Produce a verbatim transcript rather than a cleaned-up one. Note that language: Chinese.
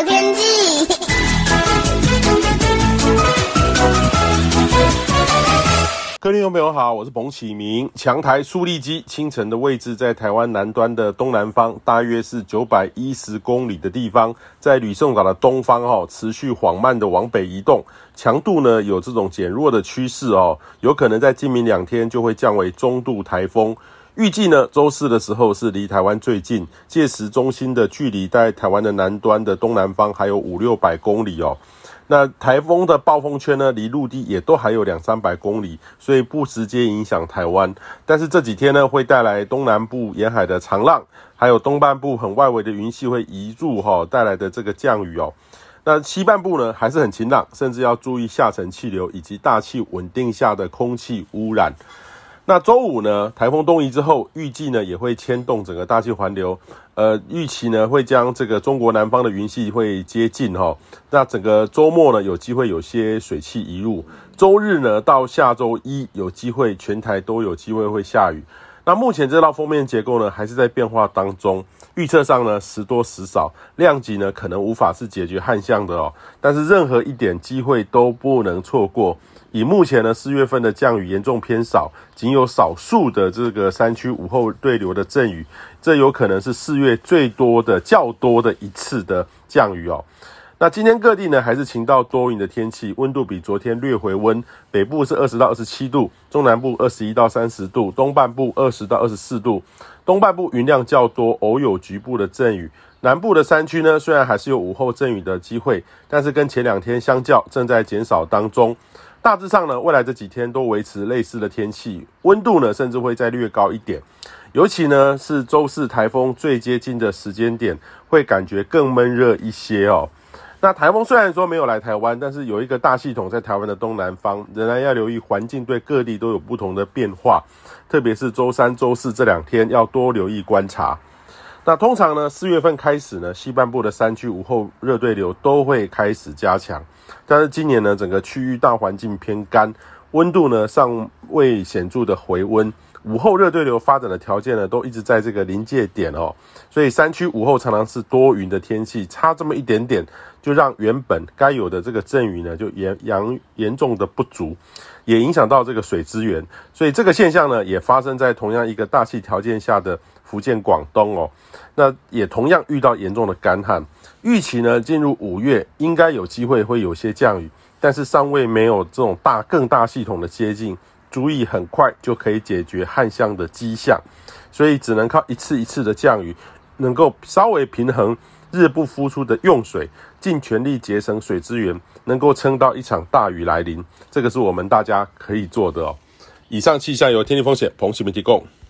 天气。 各位听众朋友好，我是彭启明。强台苏力基清晨的位置在台湾南端的东南方，大约是九百一十公里的地方，在吕宋岛的东方哦，持续缓慢的往北移动，强度呢有这种减弱的趋势哦，有可能在今明两天就会降为中度台风。预计呢，周四的时候是离台湾最近，届时中心的距离在台湾的南端的东南方还有五六百公里哦。那台风的暴风圈呢，离陆地也都还有两三百公里，所以不直接影响台湾。但是这几天呢，会带来东南部沿海的长浪，还有东半部很外围的云系会移入哈，带来的这个降雨哦。那西半部呢，还是很晴朗，甚至要注意下沉气流以及大气稳定下的空气污染。那周五呢，台风东移之后，预计呢也会牵动整个大气环流，呃，预期呢会将这个中国南方的云系会接近哈。那整个周末呢，有机会有些水汽移入，周日呢到下周一有机会全台都有机会会下雨。那目前这道锋面结构呢，还是在变化当中，预测上呢时多时少，量级呢可能无法是解决旱象的哦，但是任何一点机会都不能错过。以目前呢四月份的降雨严重偏少，仅有少数的这个山区午后对流的阵雨，这有可能是四月最多的较多的一次的降雨哦。那今天各地呢还是晴到多云的天气，温度比昨天略回温，北部是二十到二十七度，中南部二十一到三十度，东半部二十到二十四度，东半部云量较多，偶有局部的阵雨。南部的山区呢，虽然还是有午后阵雨的机会，但是跟前两天相较正在减少当中。大致上呢，未来这几天都维持类似的天气，温度呢甚至会再略高一点。尤其呢是周四台风最接近的时间点，会感觉更闷热一些哦。那台风虽然说没有来台湾，但是有一个大系统在台湾的东南方，仍然要留意环境对各地都有不同的变化，特别是周三、周四这两天要多留意观察。那通常呢，四月份开始呢，西半部的山区午后热对流都会开始加强，但是今年呢，整个区域大环境偏干，温度呢尚未显著的回温，午后热对流发展的条件呢，都一直在这个临界点哦，所以山区午后常常是多云的天气，差这么一点点，就让原本该有的这个阵雨呢，就严严严重的不足，也影响到这个水资源，所以这个现象呢，也发生在同样一个大气条件下的福建、广东哦，那也同样遇到严重的干旱。预期呢，进入五月应该有机会会有些降雨，但是尚未没有这种大更大系统的接近，足以很快就可以解决旱象的迹象，所以只能靠一次一次的降雨，能够稍微平衡日不敷出的用水，尽全力节省水资源，能够撑到一场大雨来临，这个是我们大家可以做的哦。以上气象由天气风险彭启明提供。